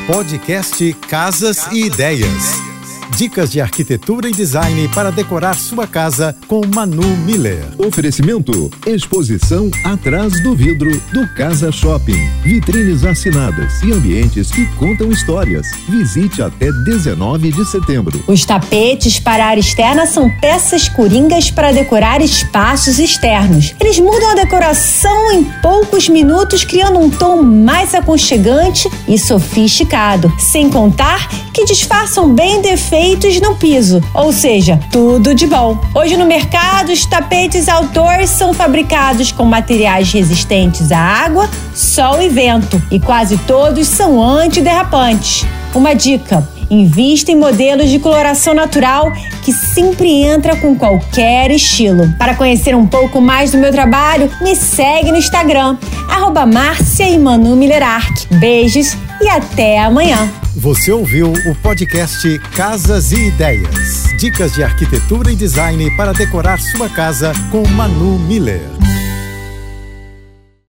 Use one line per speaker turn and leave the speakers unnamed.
Podcast Casas e Ideias. Dicas de arquitetura e design para decorar sua casa com Manu Miller.
Oferecimento: exposição atrás do vidro do Casa Shopping. Vitrines assinadas e ambientes que contam histórias. Visite até 19 de setembro.
Os tapetes para a área externa são peças coringas para decorar espaços externos. Eles mudam a decoração em poucos minutos, criando um tom mais aconchegante e sofisticado. Sem contar que disfarçam bem defeitos no piso, ou seja, tudo de bom. Hoje no mercado, os tapetes outdoor são fabricados com materiais resistentes à água, sol e vento, e quase todos são antiderrapantes. Uma dica: invista em modelos de coloração natural que sempre entra com qualquer estilo. Para conhecer um pouco mais do meu trabalho, me segue no Instagram, @Marcia_Manu_Miller_Arch. Beijos e até amanhã.
Você ouviu o podcast Casas e Ideias. Dicas de arquitetura e design para decorar sua casa com Manu Miller.